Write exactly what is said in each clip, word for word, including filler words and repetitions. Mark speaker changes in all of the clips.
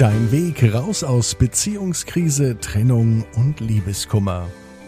Speaker 1: Dein Weg raus aus Beziehungskrise, Trennung und Liebeskummer.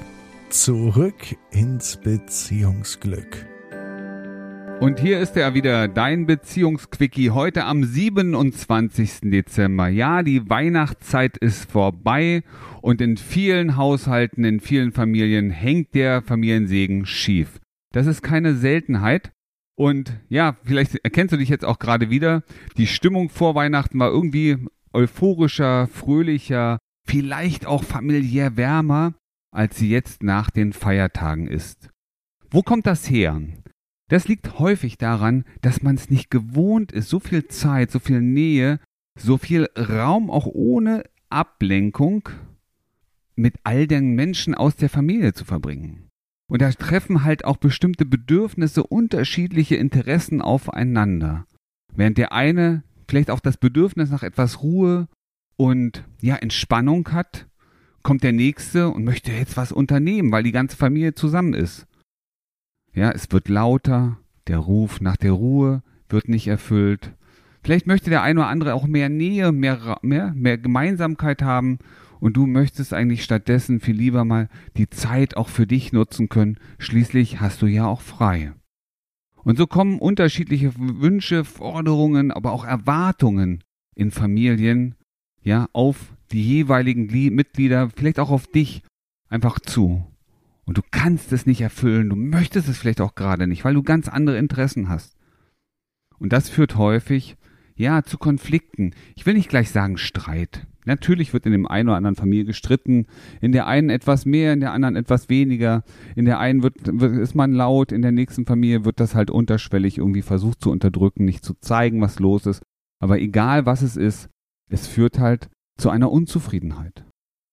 Speaker 1: Zurück ins Beziehungsglück.
Speaker 2: Und hier ist er wieder, dein Beziehungsquickie, heute am siebenundzwanzigsten Dezember. Ja, die Weihnachtszeit ist vorbei und in vielen Haushalten, in vielen Familien hängt der Familiensegen schief. Das ist keine Seltenheit. Und ja, vielleicht erkennst du dich jetzt auch gerade wieder. Die Stimmung vor Weihnachten war irgendwie euphorischer, fröhlicher, vielleicht auch familiär wärmer, als sie jetzt nach den Feiertagen ist. Wo kommt das her? Das liegt häufig daran, dass man es nicht gewohnt ist, so viel Zeit, so viel Nähe, so viel Raum auch ohne Ablenkung mit all den Menschen aus der Familie zu verbringen. Und da treffen halt auch bestimmte Bedürfnisse, unterschiedliche Interessen aufeinander. Während der eine vielleicht auch das Bedürfnis nach etwas Ruhe und ja, Entspannung hat, kommt der Nächste und möchte jetzt was unternehmen, weil die ganze Familie zusammen ist. Ja, es wird lauter, der Ruf nach der Ruhe wird nicht erfüllt. Vielleicht möchte der eine oder andere auch mehr Nähe, mehr, mehr, mehr Gemeinsamkeit haben und du möchtest eigentlich stattdessen viel lieber mal die Zeit auch für dich nutzen können. Schließlich hast du ja auch frei. Und so kommen unterschiedliche Wünsche, Forderungen, aber auch Erwartungen in Familien, ja, auf die jeweiligen Mitglieder, vielleicht auch auf dich einfach zu. Und du kannst es nicht erfüllen, du möchtest es vielleicht auch gerade nicht, weil du ganz andere Interessen hast. Und das führt häufig, ja, zu Konflikten. Ich will nicht gleich sagen Streit. Natürlich wird in dem einen oder anderen Familie gestritten, in der einen etwas mehr, in der anderen etwas weniger. In der einen wird, wird, ist man laut, in der nächsten Familie wird das halt unterschwellig irgendwie versucht zu unterdrücken, nicht zu zeigen, was los ist. Aber egal was es ist, es führt halt zu einer Unzufriedenheit.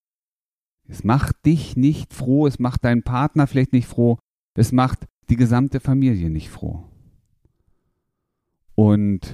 Speaker 2: Es macht dich nicht froh, es macht deinen Partner vielleicht nicht froh, es macht die gesamte Familie nicht froh. Und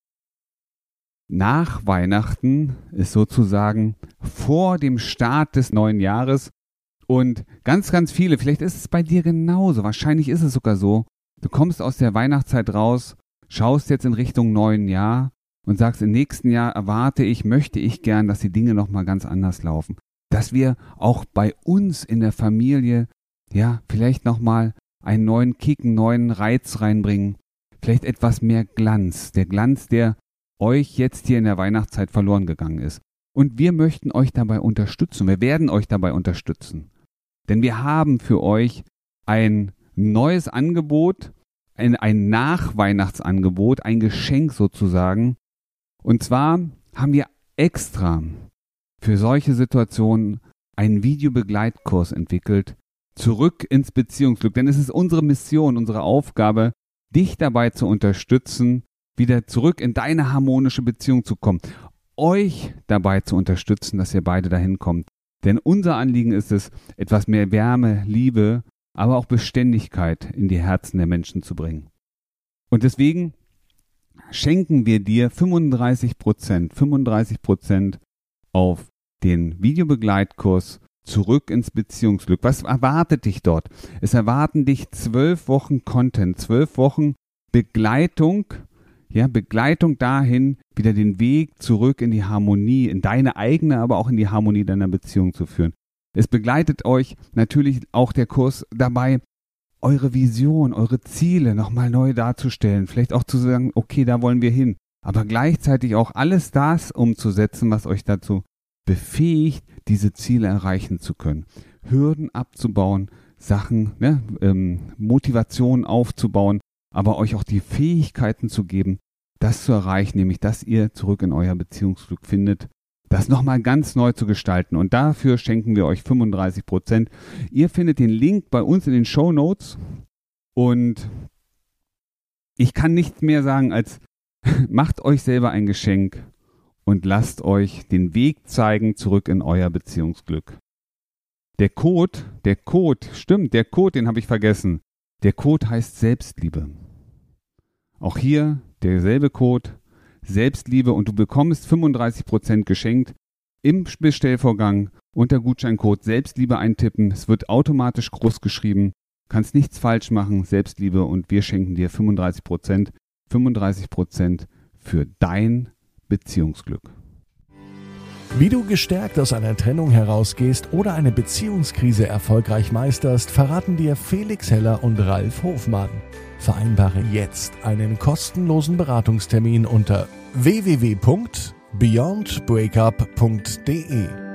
Speaker 2: nach Weihnachten ist sozusagen vor dem Start des neuen Jahres und ganz, ganz viele, vielleicht ist es bei dir genauso, wahrscheinlich ist es sogar so, du kommst aus der Weihnachtszeit raus, schaust jetzt in Richtung neuen Jahr und sagst, im nächsten Jahr erwarte ich, möchte ich gern, dass die Dinge nochmal ganz anders laufen. Dass wir auch bei uns in der Familie, ja, vielleicht nochmal einen neuen Kick, einen neuen Reiz reinbringen, vielleicht etwas mehr Glanz, der Glanz, der euch jetzt hier in der Weihnachtszeit verloren gegangen ist. Und wir möchten euch dabei unterstützen. Wir werden euch dabei unterstützen. Denn wir haben für euch ein neues Angebot, ein, ein Nachweihnachtsangebot, ein Geschenk sozusagen. Und zwar haben wir extra für solche Situationen einen Videobegleitkurs entwickelt, zurück ins Beziehungsglück. Denn es ist unsere Mission, unsere Aufgabe, dich dabei zu unterstützen, wieder zurück in deine harmonische Beziehung zu kommen, euch dabei zu unterstützen, dass ihr beide dahin kommt. Denn unser Anliegen ist es, etwas mehr Wärme, Liebe, aber auch Beständigkeit in die Herzen der Menschen zu bringen. Und deswegen schenken wir dir fünfunddreißig Prozent, fünfunddreißig Prozent auf den Videobegleitkurs zurück ins Beziehungsglück. Was erwartet dich dort? Es erwarten dich zwölf Wochen Content, zwölf Wochen Begleitung, ja, Begleitung dahin, wieder den Weg zurück in die Harmonie, in deine eigene, aber auch in die Harmonie deiner Beziehung zu führen. Es begleitet euch natürlich auch der Kurs dabei, eure Vision, eure Ziele nochmal neu darzustellen, vielleicht auch zu sagen, okay, da wollen wir hin, aber gleichzeitig auch alles das umzusetzen, was euch dazu befähigt, diese Ziele erreichen zu können. Hürden abzubauen, Sachen, ne, ähm, Motivation aufzubauen, aber euch auch die Fähigkeiten zu geben, das zu erreichen, nämlich dass ihr zurück in euer Beziehungsglück findet, das nochmal ganz neu zu gestalten. Und dafür schenken wir euch fünfunddreißig Prozent. Ihr findet den Link bei uns in den Shownotes und ich kann nichts mehr sagen als macht euch selber ein Geschenk und lasst euch den Weg zeigen zurück in euer Beziehungsglück. Der Code, der Code, stimmt, der Code, den habe ich vergessen. Der Code heißt Selbstliebe. Auch hier derselbe Code, Selbstliebe, und du bekommst fünfunddreißig Prozent geschenkt im Bestellvorgang unter Gutscheincode Selbstliebe eintippen. Es wird automatisch groß geschrieben, kannst nichts falsch machen, Selbstliebe, und wir schenken dir fünfunddreißig Prozent, fünfunddreißig Prozent für dein Beziehungsglück.
Speaker 1: Wie du gestärkt aus einer Trennung herausgehst oder eine Beziehungskrise erfolgreich meisterst, verraten dir Felix Heller und Ralf Hofmann. Vereinbare jetzt einen kostenlosen Beratungstermin unter w w w punkt beyond breakup punkt d e.